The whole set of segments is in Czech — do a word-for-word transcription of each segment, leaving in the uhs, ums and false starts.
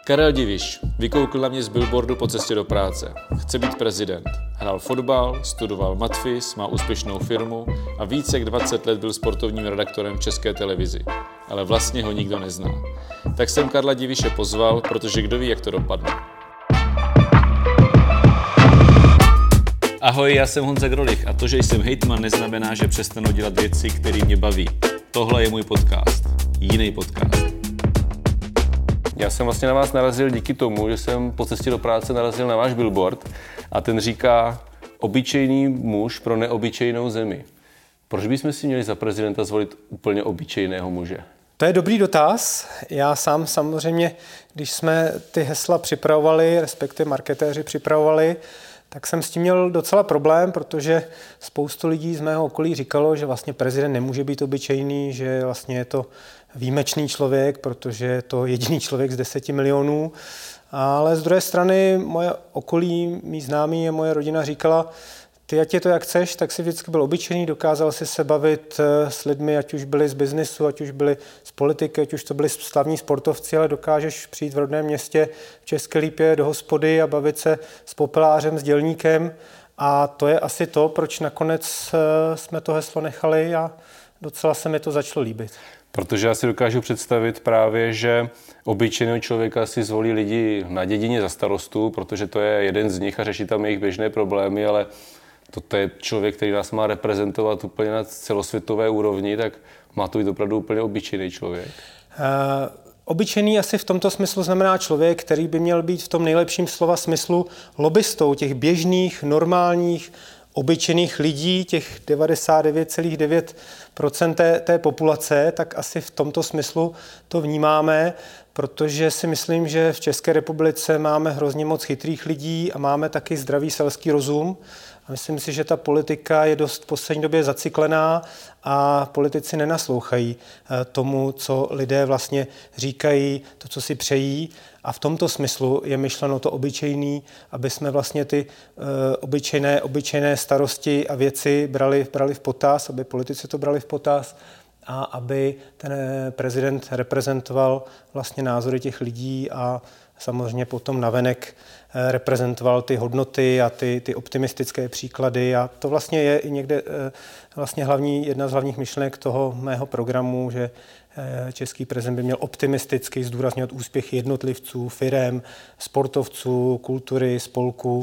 Karel Diviš vykoukl na mě z billboardu po cestě do práce. Chce být prezident. Hrál fotbal, studoval matfis, má úspěšnou firmu a více jak dvacet let byl sportovním redaktorem v České televizi. Ale vlastně ho nikdo nezná. Tak jsem Karla Diviše pozval, protože kdo ví, jak to dopadne. Ahoj, já jsem Honza Grolich a to, že jsem hejtman, neznamená, že přestanu dělat věci, které mě baví. Tohle je můj podcast. Jiný podcast. Já jsem vlastně na vás narazil díky tomu, že jsem po cestě do práce narazil na váš billboard a ten říká obyčejný muž pro neobyčejnou zemi. Proč bychom si měli za prezidenta zvolit úplně obyčejného muže? To je dobrý dotaz. Já sám samozřejmě, když jsme ty hesla připravovali, respektive marketéři připravovali, tak jsem s tím měl docela problém, protože spoustu lidí z mého okolí říkalo, že vlastně prezident nemůže být obyčejný, že vlastně je to výjimečný člověk, protože je to jediný člověk z deseti milionů. Ale z druhé strany moje okolí, mý známí a moje rodina říkala, ty ať je to jak chceš, tak si vždycky byl obyčejný, dokázal si se bavit s lidmi, ať už byli z biznisu, ať už byli z politiky, ať už to byli slavní sportovci, ale dokážeš přijít v rodném městě v České Lípě do hospody a bavit se s popelářem, s dělníkem. A to je asi to, proč nakonec jsme to heslo nechali a docela se mi to začalo líbit. Protože já si dokážu představit právě, že obyčejného člověka si zvolí lidi na dědině za starostu, protože to je jeden z nich a řeší tam jejich běžné problémy, ale toto je člověk, který nás má reprezentovat úplně na celosvětové úrovni, tak má to být opravdu úplně obyčejný člověk. Uh, obyčejný asi v tomto smyslu znamená člověk, který by měl být v tom nejlepším slova smyslu lobbystou těch běžných, normálních, obyčejných lidí, těch devadesát devět celá devět procent té, té populace, tak asi v tomto smyslu to vnímáme, protože si myslím, že v České republice máme hrozně moc chytrých lidí a máme taky zdravý selský rozum. A myslím si, že ta politika je dost v poslední době zacyklená a politici nenaslouchají tomu, co lidé vlastně říkají, to, co si přejí. A v tomto smyslu je myšleno to obyčejný, aby jsme vlastně ty uh, obyčejné, obyčejné starosti a věci brali, brali v potaz, aby politici to brali v potaz a aby ten prezident reprezentoval vlastně názory těch lidí a samozřejmě potom navenek reprezentoval ty hodnoty a ty, ty optimistické příklady a to vlastně je i někde vlastně hlavní, jedna z hlavních myšlenek toho mého programu, že český prezident by měl optimisticky zdůrazňovat úspěchy jednotlivců, firem, sportovců, kultury, spolků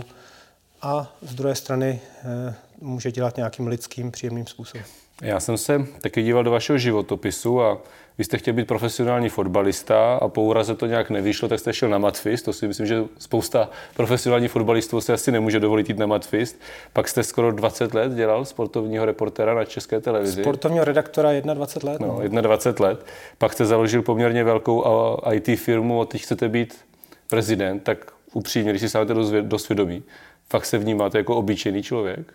a z druhé strany může dělat nějakým lidským příjemným způsobem. Já jsem se taky díval do vašeho životopisu a vy jste chtěl být profesionální fotbalista a po úraze to nějak nevyšlo, tak jste šel na matfis. To si myslím, že spousta profesionálních fotbalistů se asi nemůže dovolit jít na matfis. Pak jste skoro dvacet let dělal sportovního reportéra na České televizi. Sportovního redaktora dvacet jedna let. No, dvacet jedna let. Pak jste založil poměrně velkou í té firmu a teď chcete být prezident, tak upřímně, když si sáhnete do svědomí, fakt se vnímáte jako obyčejný člověk?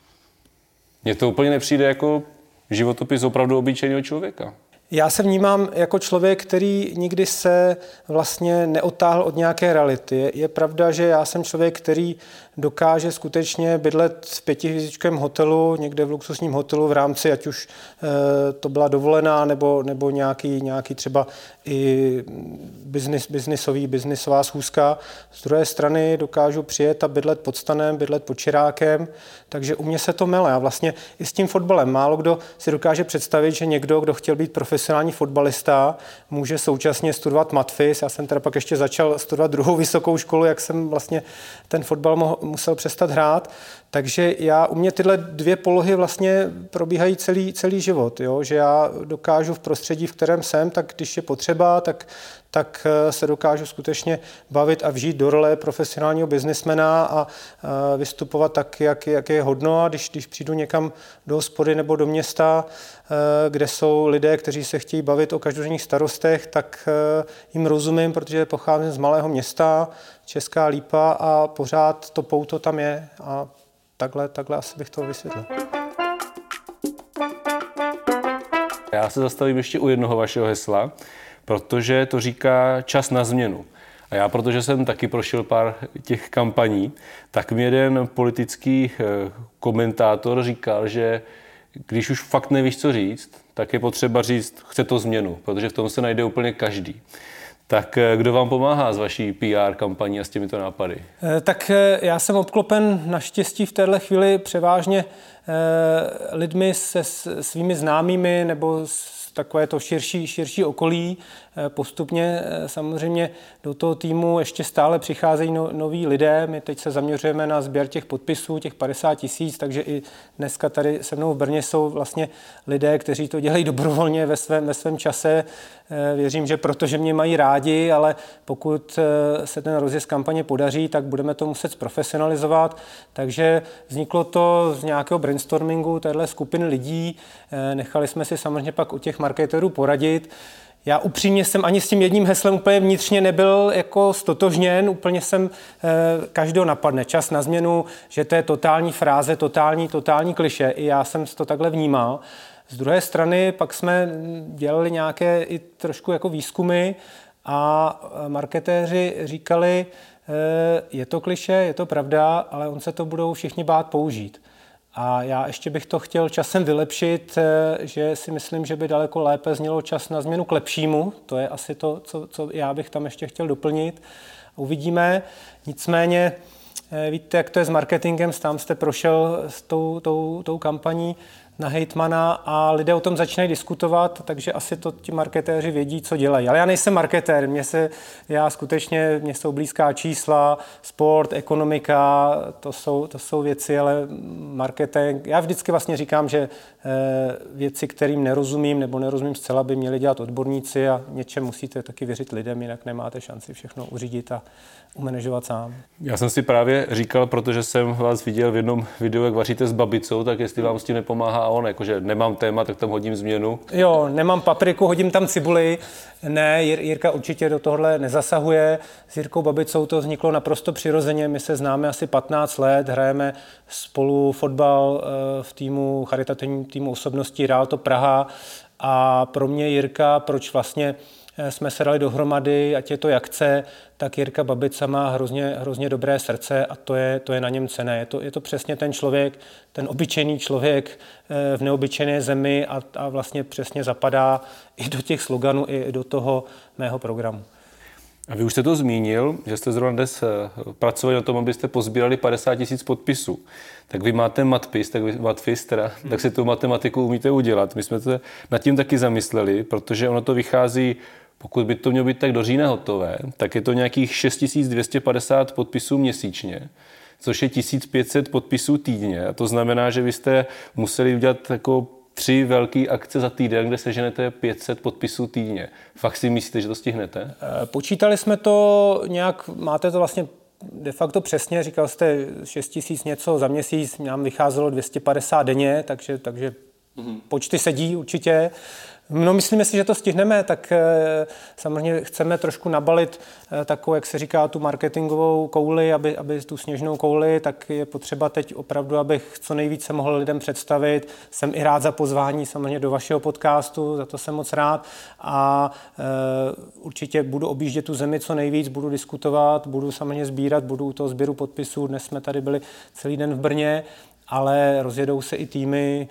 Mně to úplně nepřijde jako životopis opravdu obyčejného člověka. Já se vnímám jako člověk, který nikdy se vlastně neodtáhl od nějaké reality. Je, je pravda, že já jsem člověk, který dokáže skutečně bydlet v pětihvězdičkovém hotelu, někde v luxusním hotelu v rámci, ať už e, to byla dovolená, nebo, nebo nějaký, nějaký třeba i biznis, biznisový, biznisová schůzka. Z druhé strany dokážu přijet a bydlet pod stanem, bydlet pod čirákem, takže u mě se to mele. A vlastně i s tím fotbalem málo kdo si dokáže představit, že někdo, kdo chtěl být profesionální fotbalista, může současně studovat matfis. Já jsem teda pak ještě začal studovat druhou vysokou školu, jak jsem vlastně ten fotbal mohl, musel přestat hrát. Takže já, u mě tyhle dvě polohy vlastně probíhají celý, celý život. Jo? Že já dokážu v prostředí, v kterém jsem, tak když je potřeba, tak, tak se dokážu skutečně bavit a vžít do role profesionálního biznismena a, a vystupovat tak, jak, jak je hodno. A když, když přijdu někam do hospody nebo do města, kde jsou lidé, kteří se chtějí bavit o každodenních starostech, tak jim rozumím, protože pocházím z malého města, Česká Lípa a pořád to pouto tam je a takhle, takhle asi bych to vysvětlil. Já se zastavím ještě u jednoho vašeho hesla, protože to říká čas na změnu. A já, protože jsem taky prošel pár těch kampaní, tak mi jeden politický komentátor říkal, že když už fakt nevíš, co říct, tak je potřeba říct, chce to změnu, protože v tom se najde úplně každý. Tak kdo vám pomáhá s vaší P R kampaní a s těmito nápady? Tak já jsem obklopen naštěstí v téhle chvíli převážně lidmi se svými známými nebo takové to širší, širší okolí. Postupně samozřejmě do toho týmu ještě stále přicházejí no, noví lidé. My teď se zaměřujeme na sběr těch podpisů, těch padesát tisíc, takže i dneska tady se mnou v Brně jsou vlastně lidé, kteří to dělají dobrovolně ve svém, ve svém čase. Věřím, že protože mě mají rádi, ale pokud se ten rozjezd kampaně podaří, tak budeme to muset zprofesionalizovat. Takže vzniklo to z nějakého brainstormingu téhle skupiny lidí. Nechali jsme si samozřejmě pak u těch marketerů poradit. Já upřímně jsem ani s tím jedním heslem úplně vnitřně nebyl jako stotožněn, úplně jsem eh, každého napadne čas na změnu, že to je totální fráze, totální, totální klišé. I já jsem to takhle vnímal. Z druhé strany pak jsme dělali nějaké i trošku jako výzkumy a marketéři říkali, eh, je to klišé, je to pravda, ale on se to budou všichni bát použít. A já ještě bych to chtěl časem vylepšit, že si myslím, že by daleko lépe znělo čas na změnu k lepšímu. To je asi to, co, co já bych tam ještě chtěl doplnit. Uvidíme. Nicméně, víte, jak to je s marketingem, tam jste prošel s tou, tou, tou kampaní na hejtmana a lidé o tom začínají diskutovat, takže asi to ti marketéři vědí, co dělají. Ale já nejsem marketér, mně se, já skutečně, mně jsou blízká čísla, sport, ekonomika, to jsou, to jsou věci, ale marketing, já vždycky vlastně říkám, že věci, kterým nerozumím nebo nerozumím zcela, by měli dělat odborníci a něčem musíte taky věřit lidem, jinak nemáte šanci všechno uřídit a umanežovat sám. Já jsem si právě říkal, protože jsem vás viděl v jednom videu, jak vaříte s babicou, tak jestli vám s tím nepomáhá on, jakože nemám téma, tak tam hodím změnu. Jo, nemám papriku, hodím tam cibuli. Ne, Jirka určitě do tohle nezasahuje. S Jirkou Babicou to vzniklo naprosto přirozeně. My se známe asi patnáct let, hrajeme spolu fotbal v týmu, charitativním týmu osobností Real to Praha. A pro mě Jirka, proč vlastně jsme se dali dohromady, ať je to jak chce, tak Jirka Babica má hrozně, hrozně dobré srdce a to je, to je na něm cenné. Je to, je to přesně ten člověk, ten obyčejný člověk v neobyčejné zemi a, a vlastně přesně zapadá i do těch sloganů, i do toho mého programu. A vy už jste to zmínil, že jste zrovna dnes pracovali na tom, abyste pozbírali padesát tisíc podpisů. Tak vy máte matpis, tak vy, matfis teda, hmm. tak si tu matematiku umíte udělat. My jsme se nad tím taky zamysleli, protože ono to vychází, pokud by to mělo být tak do října hotové, tak je to nějakých šest tisíc dvě stě padesát podpisů měsíčně, což je tisíc pět set podpisů týdně. A to znamená, že vy jste museli udělat jako tři velké akce za týden, kde seženete pět set podpisů týdně. Fakt si myslíte, že to stihnete? Počítali jsme to nějak, máte to vlastně de facto přesně, říkal jste šest tisíc něco za měsíc, nám vycházelo dvě stě padesát denně, takže, takže mm-hmm. počty sedí určitě. No, myslíme si, že to stihneme, tak e, samozřejmě chceme trošku nabalit e, takovou, jak se říká, tu marketingovou kouli, aby, aby tu sněžnou kouli, tak je potřeba teď opravdu, abych co nejvíce mohl lidem představit. Jsem i rád za pozvání samozřejmě do vašeho podcastu, za to jsem moc rád a e, určitě budu objíždět tu zemi co nejvíc, budu diskutovat, budu samozřejmě sbírat, budu u toho sběru podpisů. Dnes jsme tady byli celý den v Brně, ale rozjedou se i týmy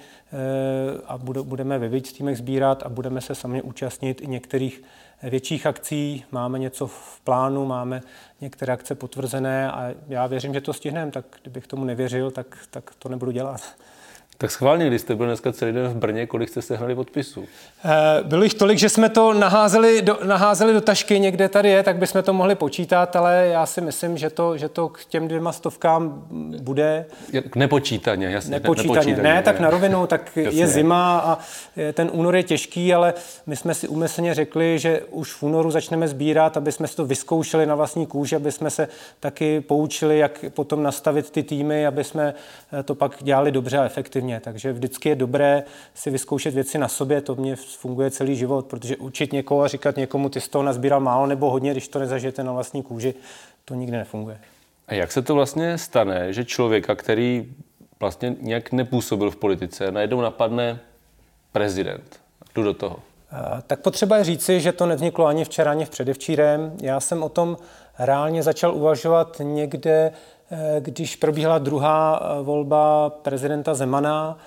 a budeme ve víc týmech sbírat a budeme se samozřejmě účastnit i některých větších akcí. Máme něco v plánu, máme některé akce potvrzené a já věřím, že to stihneme, tak kdybych tomu nevěřil, tak, tak to nebudu dělat. Tak schválně, když jste byl dneska celý den v Brně, kolik jste sehnali podpisů? Bylo jich tolik, že jsme to naházeli do, naházeli do tašky, někde tady je, tak bychom to mohli počítat, ale já si myslím, že to, že to k těm dvěma stovkám bude. Nepočítaně, jasně. Nepočítaně, nepočítaně. Ne, tak na rovinu, tak je zima a ten únor je těžký, ale my jsme si úmyslně řekli, že už v únoru začneme sbírat, aby jsme si to vyzkoušeli na vlastní kůži, aby jsme se taky poučili, jak potom nastavit ty týmy, aby jsme to pak dělali dobře a efektivně. Takže vždycky je dobré si vyzkoušet věci na sobě, to mě funguje celý život, protože učit někoho a říkat někomu, ty z toho nazbíral málo nebo hodně, když to nezažijete na vlastní kůži, to nikdy nefunguje. A jak se to vlastně stane, že člověka, který vlastně nějak nepůsobil v politice, najednou napadne prezident? Jdu do toho. Tak potřeba je říci, že to nevzniklo ani včera, ani v předevčírem. Já jsem o tom reálně začal uvažovat někde, když probíhala druhá volba prezidenta Zemana.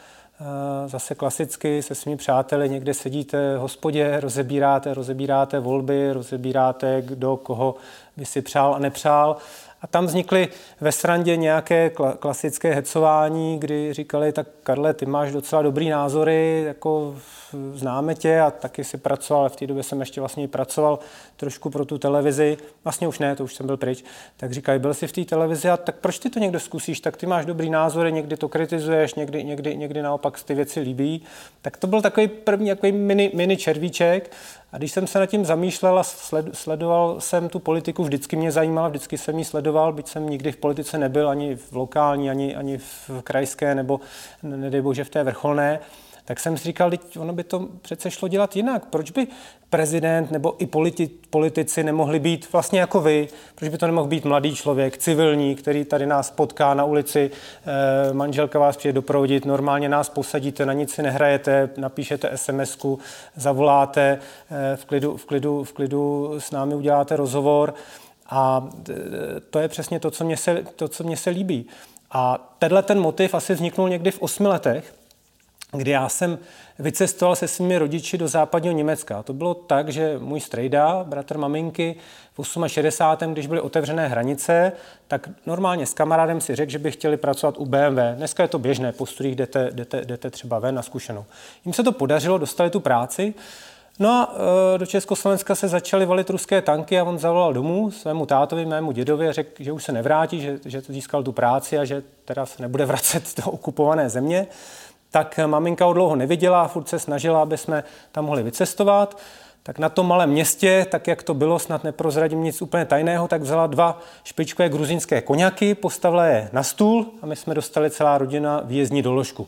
zase klasicky se svými přáteli někde sedíte v hospodě, rozebíráte, rozebíráte volby, rozebíráte, kdo koho by si přál a nepřál. A tam vznikly ve srandě nějaké klasické hecování, kdy říkali, tak Karle, ty máš docela dobrý názory, jako známe tě a taky si pracoval, v té době jsem ještě vlastně pracoval trošku pro tu televizi, vlastně už ne, to už jsem byl pryč, tak říkají, byl jsi v té televizi a tak proč ty to někdo zkusíš, tak ty máš dobrý názory, někdy to kritizuješ, někdy, někdy, někdy naopak ty věci líbí. Tak to byl takový první takový mini, mini červíček. A když jsem se nad tím zamýšlel a sledoval jsem tu politiku, vždycky mě zajímala, vždycky jsem ji sledoval, byť jsem nikdy v politice nebyl, ani v lokální, ani, ani v krajské, nebo nedej bože v té vrcholné, tak jsem si říkal, teď ono by to přece šlo dělat jinak. Proč by prezident nebo i politi- politici nemohli být vlastně jako vy? Proč by to nemohl být mladý člověk, civilní, který tady nás potká na ulici, eh, manželka vás přijde doprovodit, normálně nás posadíte, na nic si nehrajete, napíšete SMSku, zavoláte, eh, v klidu, v klidu, v klidu s námi uděláte rozhovor a to je přesně to, co mě se, to, co mě se líbí. A tenhle ten motiv asi vzniknul někdy v osmi letech, kdy já jsem vycestoval se svými rodiči do západního Německa. To bylo tak, že můj strejda, bratr maminky, v šedesátém osmém, když byly otevřené hranice, tak normálně s kamarádem si řekl, že by chtěli pracovat u B M W. Dneska je to běžné, po studiích jdete, jdete, jdete třeba ven na zkušenou. Jim se to podařilo, dostali tu práci. No a e, do Československa se začaly valit ruské tanky a on zavolal domů svému tátovi, mému dědovi a řekl, že už se nevrátí, že, že získal tu práci a že teda se nebude vracet do okupované země. Tak maminka ho dlouho neviděla a furt se snažila, aby jsme tam mohli vycestovat. Tak na tom malém městě, tak jak to bylo, snad neprozradím nic úplně tajného, tak vzala dva špičkové gruzínské koňaky, postavila je na stůl a my jsme dostali celá rodina výjezdní doložku.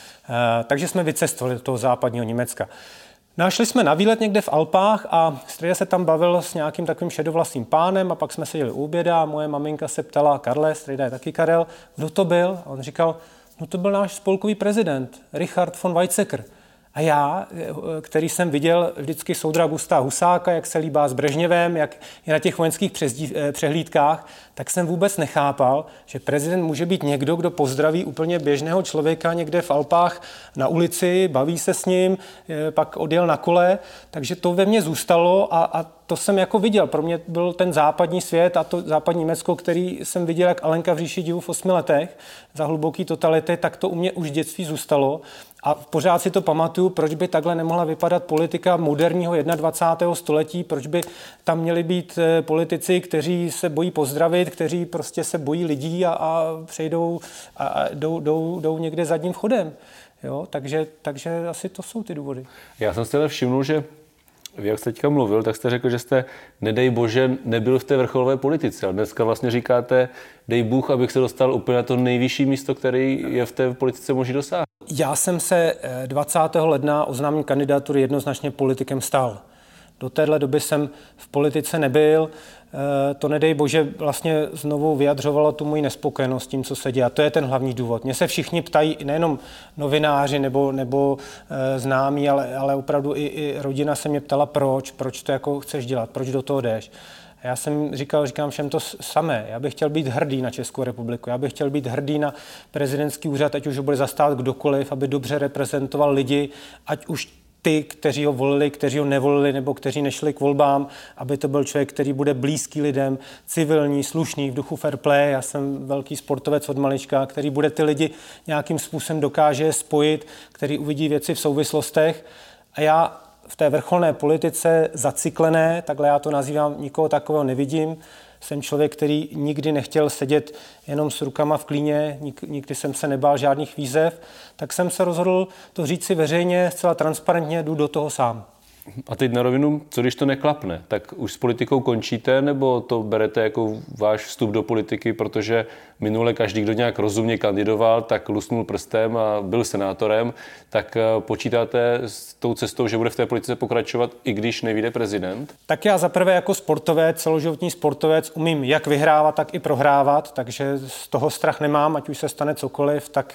E, takže jsme vycestovali do toho západního Německa. Našli jsme na výlet někde v Alpách a strejda se tam bavil s nějakým takovým šedovlasým pánem a pak jsme seděli u oběda a moje maminka se ptala, Karle, strejda je taky Karel, kdo to byl? A on říkal, no to byl náš spolkový prezident, Richard von Weizsäcker. A já, který jsem viděl vždycky soudra Gusta Husáka, jak se líbá s Brežněvem, jak je na těch vojenských přehlídkách, tak jsem vůbec nechápal, že prezident může být někdo, kdo pozdraví úplně běžného člověka někde v Alpách na ulici, baví se s ním, pak odjel na kole, takže to ve mně zůstalo a, a to jsem jako viděl. Pro mě byl ten západní svět a to západní Německo, který jsem viděl, jak Alenka v říši divů v osmi letech za hluboký totality, tak to u mě už v dětství zůstalo. A pořád si to pamatuju, proč by takhle nemohla vypadat politika moderního dvacátého prvního století, proč by tam měli být politici, kteří se bojí pozdravit, kteří prostě se bojí lidí a, a přejdou a, a jdou, jdou, jdou někde zadním vchodem. Jo? Takže, takže asi to jsou ty důvody. Já jsem si ale všimnul, že vy, jak jste teďka mluvil, tak jste řekl, že jste, nedej bože, nebyl v té vrcholové politice. A dneska vlastně říkáte, dej Bůh, abych se dostal úplně na to nejvyšší místo, který je v té politice možný dosáhnout. Já jsem se dvacátého ledna oznámení kandidatury jednoznačně politikem stal. Do téhle doby jsem v politice nebyl. To nedej bože vlastně znovu vyjadřovalo tu moji nespokojenost s tím, co se děje. A to je ten hlavní důvod. Mně se všichni ptají, nejenom novináři nebo, nebo e, známí, ale, ale opravdu i, i rodina se mě ptala, proč, proč to jako chceš dělat, proč do toho jdeš. A já jsem říkal, říkám všem to samé. Já bych chtěl být hrdý na Českou republiku. Já bych chtěl být hrdý na prezidentský úřad, ať už ho bude zastát kdokoliv, aby dobře reprezentoval lidi, ať už ty, kteří ho volili, kteří ho nevolili nebo kteří nešli k volbám, aby to byl člověk, který bude blízký lidem, civilní, slušný, v duchu fair play. Já jsem velký sportovec od malička, který bude ty lidi nějakým způsobem dokáže spojit, který uvidí věci v souvislostech. A já v té vrcholné politice zacyklené, takhle já to nazývám, nikoho takového nevidím. Jsem člověk, který nikdy nechtěl sedět jenom s rukama v klíně, nikdy jsem se nebál žádných výzev, tak jsem se rozhodl to říct si veřejně, zcela transparentně, jdu do toho sám. A teď na rovinu, co když to neklapne? Tak už s politikou končíte, nebo to berete jako váš vstup do politiky, protože minule každý, kdo nějak rozumně kandidoval, tak lusnul prstem a byl senátorem, tak počítáte s tou cestou, že bude v té politice pokračovat, i když nevyjde prezident? Tak já zaprvé jako sportovec, celoživotní sportovec, umím jak vyhrávat, tak i prohrávat, takže z toho strach nemám, ať už se stane cokoliv, tak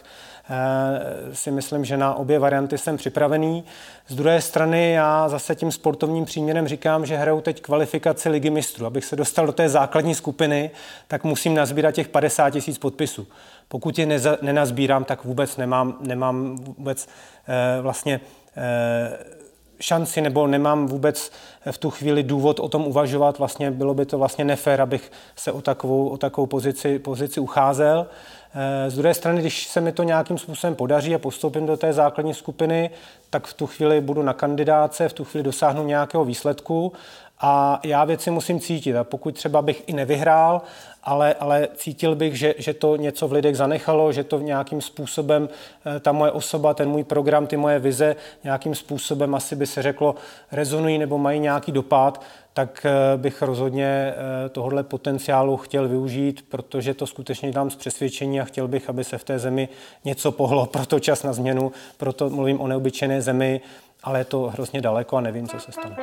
si myslím, že na obě varianty jsem připravený. Z druhé strany já zase tím sportovním příměrem říkám, že hraju teď kvalifikaci Ligy mistrů. Abych se dostal do té základní skupiny, tak musím nazbírat těch padesát tisíc podpisů. Pokud je neza, nenazbírám, tak vůbec nemám, nemám vůbec eh, vlastně eh, šanci nebo nemám vůbec v tu chvíli důvod o tom uvažovat. Vlastně bylo by to vlastně nefér, abych se o takovou, o takovou pozici, pozici ucházel. Z druhé strany, když se mi to nějakým způsobem podaří a postoupím do té základní skupiny, tak v tu chvíli budu na kandidáce, v tu chvíli dosáhnu nějakého výsledku a já věci musím cítit. A pokud třeba bych i nevyhrál, ale, ale cítil bych, že, že to něco v lidech zanechalo, že to nějakým způsobem ta moje osoba, ten můj program, ty moje vize nějakým způsobem asi by se řeklo rezonují nebo mají nějaký dopad, tak bych rozhodně tohohle potenciálu chtěl využít, protože to skutečně dám z přesvědčení a chtěl bych, aby se v té zemi něco pohlo, proto čas na změnu, proto mluvím o neobyčejné zemi, ale je to hrozně daleko a nevím, co se stane.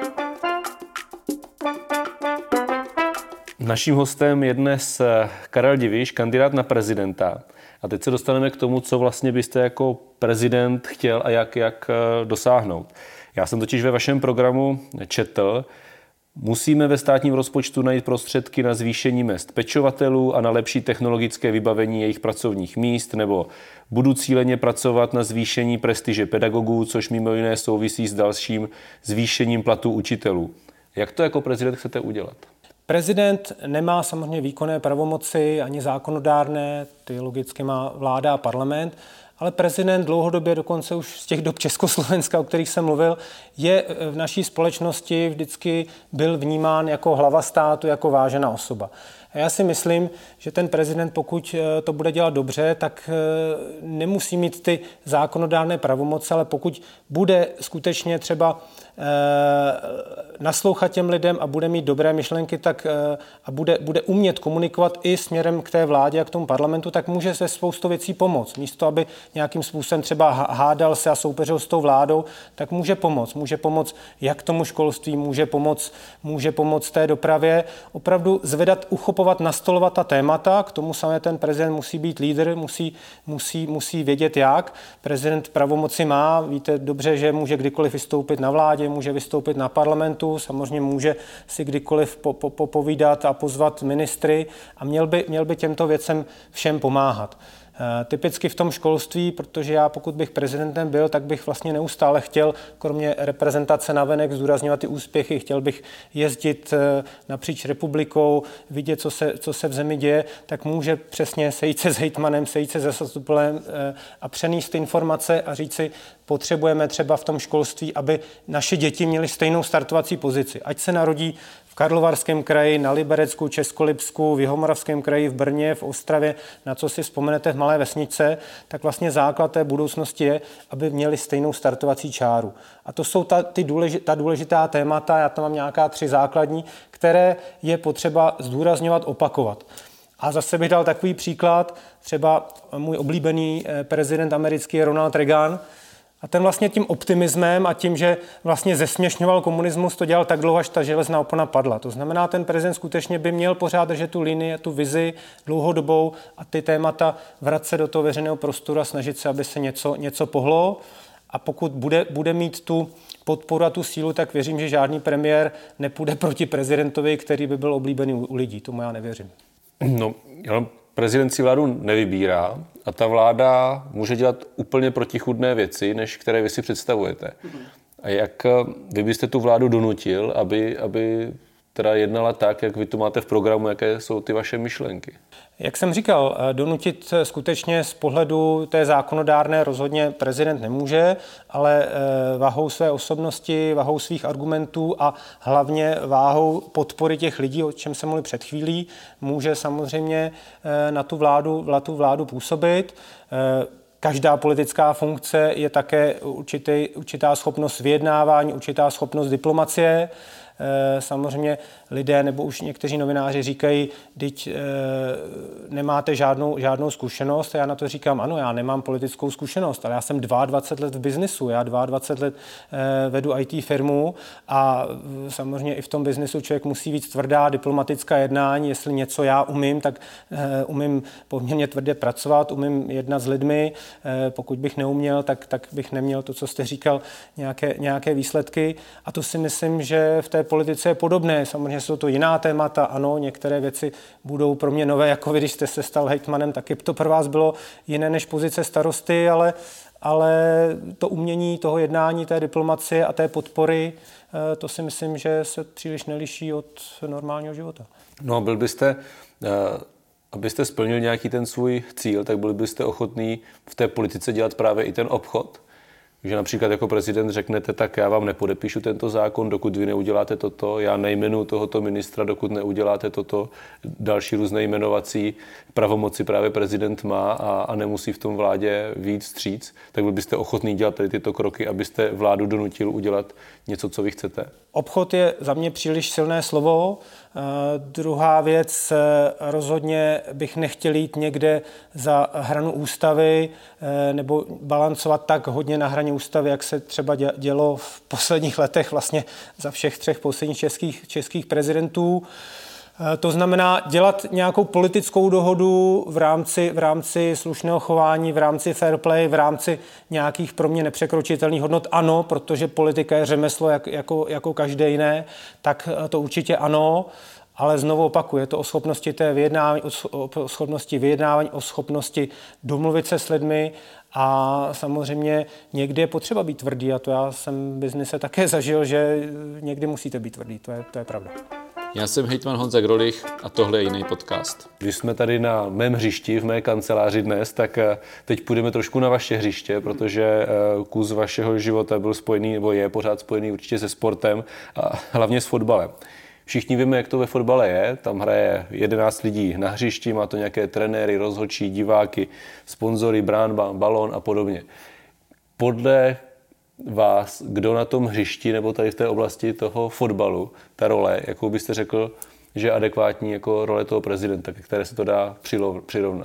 Naším hostem je dnes Karel Diviš, kandidát na prezidenta. A teď se dostaneme k tomu, co vlastně byste jako prezident chtěl a jak, jak dosáhnout. Já jsem totiž ve vašem programu četl, musíme ve státním rozpočtu najít prostředky na zvýšení mezd pečovatelů a na lepší technologické vybavení jejich pracovních míst, nebo budu cíleně pracovat na zvýšení prestiže pedagogů, což mimo jiné souvisí s dalším zvýšením platů učitelů. Jak to jako prezident chcete udělat? Prezident nemá samozřejmě výkonné pravomoci ani zákonodárné, ty logicky má vláda a parlament, ale prezident dlouhodobě, dokonce už z těch dob Československa, o kterých jsem mluvil, je v naší společnosti vždycky byl vnímán jako hlava státu, jako vážená osoba. A já si myslím, že ten prezident, pokud to bude dělat dobře, tak nemusí mít ty zákonodárné pravomoci, ale pokud bude skutečně třeba naslouchat těm lidem a bude mít dobré myšlenky tak, a bude, bude umět komunikovat i směrem k té vládě a k tomu parlamentu, tak může se spoustu věcí pomoct. Místo, aby nějakým způsobem třeba hádal se a soupeřil s tou vládou, tak může pomoct. Může pomoct jak tomu školství, může pomoct, může pomoct té dopravě. Opravdu zvedat, uchopovat, nastolovat ta témata. K tomu samé ten prezident musí být lídr, musí, musí, musí vědět jak. Prezident pravomoci má, víte dobře, že může kdykoliv vystoupit na vládě, může vystoupit na parlamentu, samozřejmě může si kdykoliv po, po, popovídat a pozvat ministry a měl by, měl by těmto věcem všem pomáhat. E, typicky v tom školství, protože já pokud bych prezidentem byl, tak bych vlastně neustále chtěl, kromě reprezentace navenek, zdůrazňovat ty úspěchy, chtěl bych jezdit e, napříč republikou, vidět, co se, co se v zemi děje, tak může přesně sejít se s hejtmanem, sejít se se zastupitelem e, a přenést informace a říct si, potřebujeme třeba v tom školství, aby naše děti měly stejnou startovací pozici. Ať se narodí v Karlovarském kraji, na Liberecku, Českolipsku, v Jihomoravském kraji, v Brně, v Ostravě, na co si vzpomenete v malé vesničce, tak vlastně základ té budoucnosti je, aby měli stejnou startovací čáru. A to jsou ta, ty důležitá, ta důležitá témata, já tam mám nějaká tři základní, které je potřeba zdůrazňovat, opakovat. A zase bych dal takový příklad, třeba můj oblíbený prezident americký Ronald Reagan, a ten vlastně tím optimismem a tím, že vlastně zesměšňoval komunismus, to dělal tak dlouho, až ta železná opona padla. To znamená, ten prezident skutečně by měl pořád držet tu linii, tu vizi dlouhodobou a ty témata vracet do toho veřejného prostoru a snažit se, aby se něco, něco pohlo. A pokud bude, bude mít tu podporu a tu sílu, tak věřím, že žádný premiér nepůjde proti prezidentovi, který by byl oblíbený u, u lidí. Tomu já nevěřím. No, jenom prezident si vládu nevybírá a ta vláda může dělat úplně protichůdné věci, než které vy si představujete. A jak vy byste tu vládu donutil, aby, aby teda jednala tak, jak vy to máte v programu, jaké jsou ty vaše myšlenky? Jak jsem říkal, donutit skutečně z pohledu té zákonodárné rozhodně prezident nemůže, ale váhou své osobnosti, váhou svých argumentů a hlavně váhou podpory těch lidí, o čem jsem mluvil před chvílí, může samozřejmě na tu vládu, na tu vládu působit. Každá politická funkce je také určitý, určitá schopnost vyjednávání, určitá schopnost diplomacie. samozřejmě lidé nebo už někteří novináři říkají, teď nemáte žádnou, žádnou zkušenost a já na to říkám, ano, já nemám politickou zkušenost, ale já jsem dvacet dva let v biznisu, já dvacet dva let vedu í té firmu a samozřejmě i v tom biznisu člověk musí víc tvrdá diplomatická jednání, jestli něco já umím, tak umím poměrně tvrdě pracovat, umím jednat s lidmi, pokud bych neuměl, tak, tak bych neměl to, co jste říkal, nějaké, nějaké výsledky a to si myslím, že v té politice je podobné. Samozřejmě jsou to jiná témata, ano, některé věci budou pro mě nové, jako vy, když jste se stal hejtmanem, taky to pro vás bylo jiné než pozice starosty, ale, ale to umění toho jednání, té diplomacie a té podpory, to si myslím, že se příliš neliší od normálního života. No a byl byste, abyste splnil nějaký ten svůj cíl, tak byl byste ochotný v té politice dělat právě i ten obchod? Že například jako prezident řeknete, tak já vám nepodepíšu tento zákon, dokud vy neuděláte toto, já nejmenuji tohoto ministra, dokud neuděláte toto, další různé jmenovací pravomoci právě prezident má a, a nemusí v tom vládě víc vstříc, tak byl byste ochotný dělat tady tyto kroky, abyste vládu donutil udělat něco, co vy chcete? Obchod je za mě příliš silné slovo. Uh, druhá věc, rozhodně bych nechtěl jít někde za hranu ústavy uh, nebo balancovat tak hodně na hraně ústavy, jak se třeba dělo v posledních letech vlastně za všech třech posledních českých, českých prezidentů. Uh, to znamená dělat nějakou politickou dohodu v rámci, v rámci slušného chování, v rámci fair play, v rámci nějakých pro mě nepřekročitelných hodnot. Ano, protože politika je řemeslo jak, jako, jako každé jiné, tak to určitě ano. Ale znovu opakuju, je to o schopnosti té vyjednávání, o schopnosti vyjednávání, o schopnosti domluvit se s lidmi a samozřejmě někdy je potřeba být tvrdý a to já jsem v biznise také zažil, že někdy musíte být tvrdý, to je, to je pravda. Já jsem hejtman Honza Grolich a tohle je jiný podcast. Když jsme tady na mém hřišti, v mé kanceláři dnes, tak teď půjdeme trošku na vaše hřiště, protože kus vašeho života byl spojený, nebo je pořád spojený určitě se sportem a hlavně s fotbalem. Všichni víme, jak to ve fotbale je, tam hraje jedenáct lidí na hřišti, má to nějaké trenéry, rozhodčí, diváky, sponzory, brán, balón a podobně. Podle vás, kdo na tom hřišti nebo tady v té oblasti toho fotbalu, ta role, jakou byste řekl, že je adekvátní jako role toho prezidenta, které se to dá přirovnat?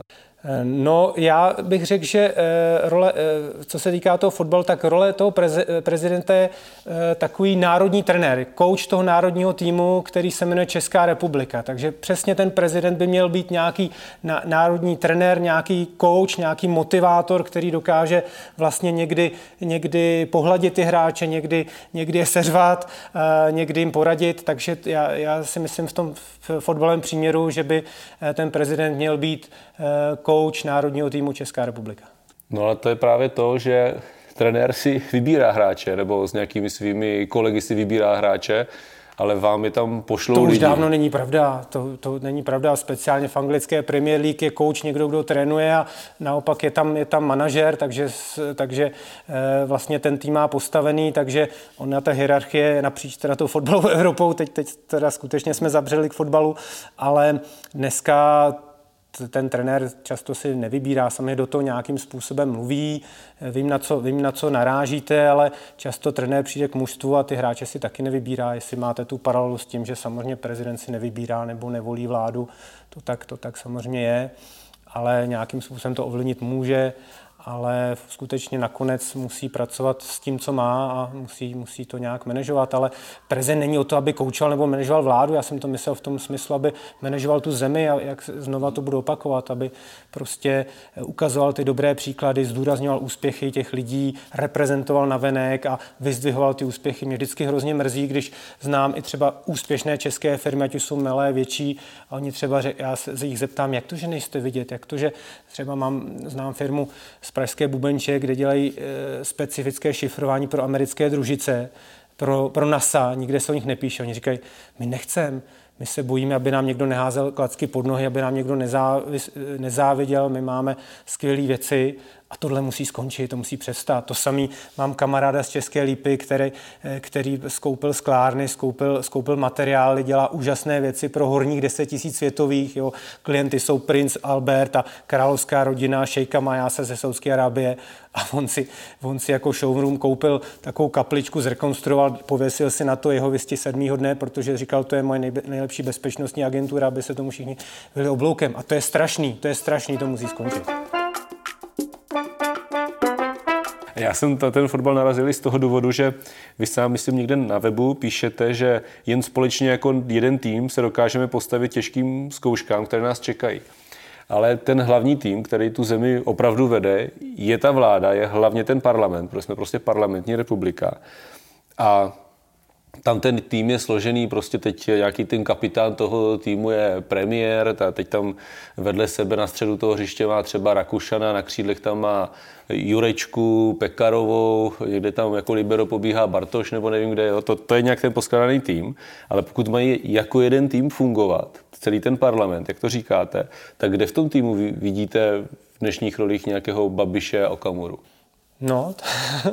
No, já bych řekl, že role, co se týká toho fotbalu, tak role toho prezidenta je takový národní trenér, kouč toho národního týmu, který se jmenuje Česká republika. Takže přesně ten prezident by měl být nějaký národní trenér, nějaký kouč, nějaký motivátor, který dokáže vlastně někdy, někdy pohladit ty hráče, někdy, někdy je seřvat, někdy jim poradit. Takže já, já si myslím v tom fotbalovém příměru, že by ten prezident měl být kouč národního týmu Česká republika. No ale to je právě to, že trenér si vybírá hráče, nebo s nějakými svými kolegy si vybírá hráče, ale vám je tam pošlou To už lidi. dávno není pravda. To, to není pravda. Speciálně v anglické Premier League je kouč někdo, kdo trénuje a naopak je tam, je tam manažer, takže, takže vlastně ten tým má postavený, takže on na té hierarchie napříč teda tou fotbalovou Evropou, teď, teď teda skutečně jsme zabřeli k fotbalu, ale dneska ten trenér často si nevybírá, sami do toho nějakým způsobem mluví, vím na, co, vím, na co narážíte, ale často trenér přijde k mužstvu a ty hráče si taky nevybírá, jestli máte tu paralelu s tím, že samozřejmě prezident si nevybírá nebo nevolí vládu, to tak, to tak samozřejmě je, ale nějakým způsobem to ovlivnit může, ale skutečně nakonec musí pracovat s tím, co má a musí, musí to nějak manažovat, ale prezident není o to, aby koučoval nebo manažoval vládu, já jsem to myslel v tom smyslu, aby manažoval tu zemi a jak znova to budu opakovat, aby prostě ukazoval ty dobré příklady, zdůrazňoval úspěchy těch lidí, reprezentoval navenek a vyzdvihoval ty úspěchy. Mě vždycky hrozně mrzí, když znám i třeba úspěšné české firmy, ať už jsou malé, větší, a oni třeba, já se jich zeptám, jak to, že nejste vidět, jak to, že třeba mám, znám firmu z pražské Bubenče, kde dělají e, specifické šifrování pro americké družice, pro, pro NASA, nikde se o nich nepíše. Oni říkají, my nechcem, my se bojíme, aby nám někdo neházel klacky pod nohy, aby nám někdo nezávis, nezáviděl, my máme skvělé věci A tohle musí skončit, to musí přestat. To samý mám kamaráda z České Lípy, který, který skoupil sklárny, skoupil, skoupil materiály, dělá úžasné věci pro horních deset tisíc světových. Jo. Klienty jsou princ Albert a královská rodina, šejka Majáse ze Saúdské Arábie. A on si, on si jako showroom koupil takovou kapličku, zrekonstruoval, pověsil si na to jeho visti sedmýho dne, protože říkal, to je moje nejbe, nejlepší bezpečnostní agentura, aby se tomu všichni byli obloukem. A to je strašný, to je strašný, to musí skončit. Já jsem ten fotbal narazil z toho důvodu, že vy sám, myslím, někde na webu píšete, že jen společně jako jeden tým se dokážeme postavit těžkým zkouškám, které nás čekají. Ale ten hlavní tým, který tu zemi opravdu vede, je ta vláda, je hlavně ten parlament, protože jsme prostě parlamentní republika. A tam ten tým je složený, prostě teď nějaký ten kapitán toho týmu je premiér, a teď tam vedle sebe na středu toho hřiště má třeba Rakušana, na křídlech tam má Jurečku, Pekarovou, někde tam jako libero pobíhá Bartoš, nebo nevím kde, jo. To, to je nějak ten poskládaný tým, ale pokud mají jako jeden tým fungovat, celý ten parlament, jak to říkáte, tak kde v tom týmu vidíte v dnešních rolích nějakého Babiše a Okamuru? No, t-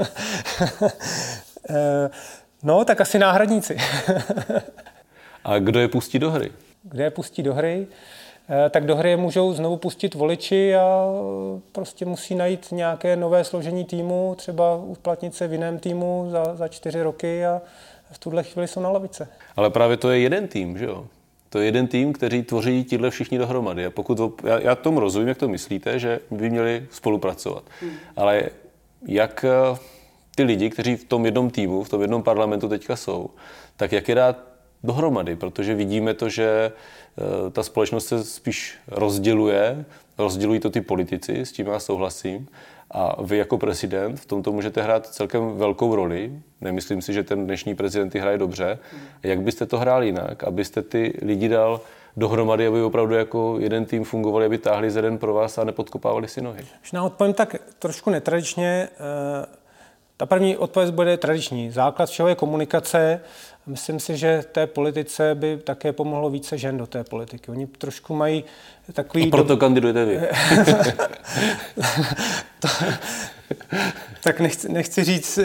no, tak asi náhradníci. A kdo je pustí do hry? Kde je pustí do hry? Tak do hry je můžou znovu pustit voliči a prostě musí najít nějaké nové složení týmu, třeba uplatnit se v jiném týmu za, za čtyři roky a v tuhle chvíli jsou na lavice. Ale právě to je jeden tým, že jo? To je jeden tým, který tvoří tíhle všichni dohromady. A pokud, já, já tomu rozumím, jak to myslíte, že by měli spolupracovat. Hmm. Ale jak ty lidi, kteří v tom jednom týmu, v tom jednom parlamentu teďka jsou, tak jak je dát dohromady? Protože vidíme to, že ta společnost se spíš rozděluje, rozdělují to ty politici, s tím já souhlasím. A vy jako prezident v tomto můžete hrát celkem velkou roli. Nemyslím si, že ten dnešní prezident hraje dobře. Jak byste to hrál jinak, abyste ty lidi dal dohromady, aby opravdu jako jeden tým fungovali, aby táhli za den pro vás a nepodkopávali si nohy? Když nám odpovím tak trošku netradičně, ta první odpověď bude tradiční. Základ všeho je komunikace. Myslím si, že té politice by také pomohlo více žen do té politiky. Oni trošku mají takový... A proto do... kandidujete vy. to... tak nechci, nechci říct...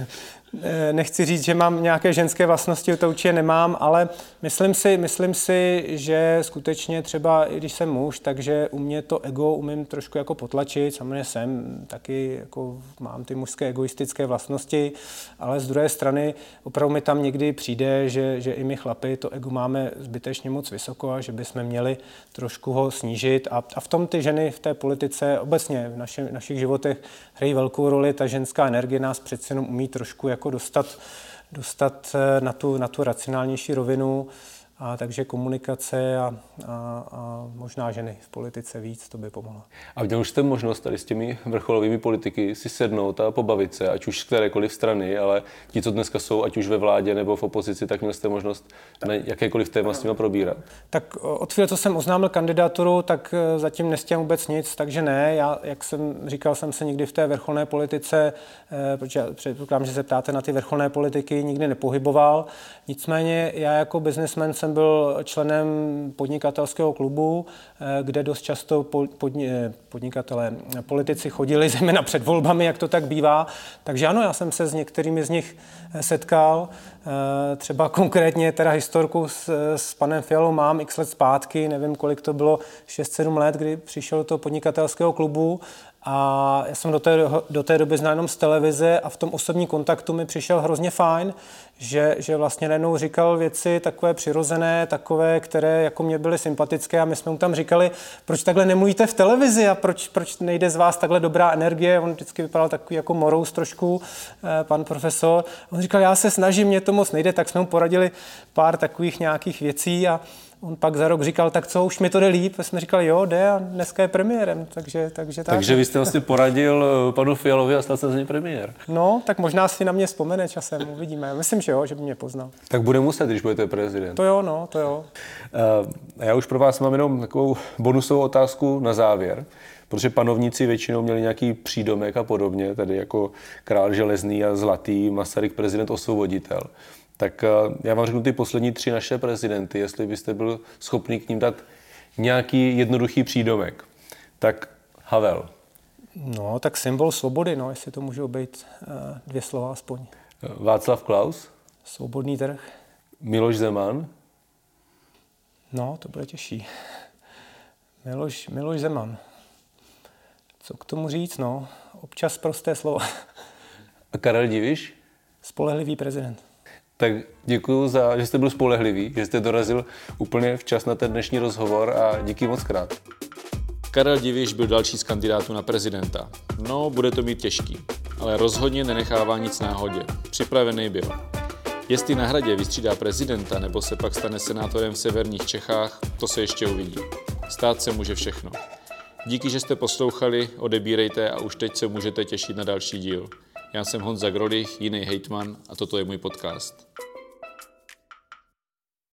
Nechci říct, že mám nějaké ženské vlastnosti, to určitě nemám, ale myslím si, myslím si, že skutečně třeba, i když jsem muž, takže u mě to ego umím trošku jako potlačit. Samozřejmě jsem taky, jako mám ty mužské egoistické vlastnosti, ale z druhé strany opravdu mi tam někdy přijde, že, že i my chlapi to ego máme zbytečně moc vysoko a že bychom měli trošku ho snížit. A, a v tom ty ženy v té politice obecně v naši, našich životech hrají velkou roli. Ta ženská energie nás přece jenom umí trošku jako jako dostat, dostat na tu, na tu racionálnější rovinu. A takže komunikace a, a, a možná ženy v politice víc, to by pomohlo. A měl už jste možnost tady s těmi vrcholovými politiky si sednout a pobavit se, ať už z kterékoliv strany, ale ti, co dneska jsou, ať už ve vládě nebo v opozici, tak měl jste možnost na jakékoliv téma s nimi probírat? Tak od chvíle, co jsem oznámil kandidaturu, tak zatím nestěhám vůbec nic, takže ne. Já, jak jsem říkal, jsem se nikdy v té vrcholné politice, protože předpokládám, že se ptáte na ty vrcholné politiky, nikdy nepohyboval. Nicméně já jako biznesmen jsem byl členem podnikatelského klubu, kde dost často podnikatelé, politici chodili zejména před volbami, jak to tak bývá. Takže ano, já jsem se s některými z nich setkal. Třeba konkrétně teda historku s, s panem Fialou mám x let zpátky, nevím, kolik to bylo, šest sedm let, kdy přišel do toho podnikatelského klubu. A já jsem do té, do té doby znal jenom z televize a v tom osobním kontaktu mi přišel hrozně fajn, že, že vlastně najednou říkal věci takové přirozené, takové, které jako mě byly sympatické a my jsme mu tam říkali, proč takhle nemluvíte v televizi a proč, proč nejde z vás takhle dobrá energie. On vždycky vypadal takový jako morous trošku, pan profesor. On říkal, já se snažím, mě to moc nejde, tak jsme mu poradili pár takových nějakých věcí a on pak za rok říkal, tak co, už mi to jde líp. A jsme říkali, jo, jde a dneska je premiérem, takže, takže tak. Takže vy jste vlastně poradil panu Fialovi a stal se z něj premiér. No, tak možná si na mě vzpomene časem, uvidíme. Myslím, že jo, že by mě poznal. Tak bude muset, když budete prezident. To jo, no, to jo. Uh, já už pro vás mám jenom takovou bonusovou otázku na závěr, protože panovníci většinou měli nějaký přídomek a podobně, tady jako král železný a zlatý, Masaryk prezident osvoboditel. Tak já vám řeknu ty poslední tři naše prezidenty, jestli byste byl schopný k ním dát nějaký jednoduchý přídomek. Tak Havel. No, tak symbol svobody, no, jestli to můžou být uh, dvě slova aspoň. Václav Klaus? Svobodný trh. Miloš Zeman? No, to bude těžší. Miloš, Miloš Zeman. Co k tomu říct, no? Občas prosté slovo. A Karel Diviš? Spolehlivý prezident. Tak děkuji za, že jste byl spolehlivý, že jste dorazil úplně včas na ten dnešní rozhovor a díky moc krát. Karel Diviš byl další z kandidátů na prezidenta. No, bude to mít těžký, ale rozhodně nenechává nic náhodě. Připravený byl. Jestli na Hradě vystřídá prezidenta nebo se pak stane senátorem v severních Čechách, to se ještě uvidí. Stát se může všechno. Díky, že jste poslouchali, odebírejte a už teď se můžete těšit na další díl. Já jsem Honza Grolich, jiný hejtman a toto je můj podcast.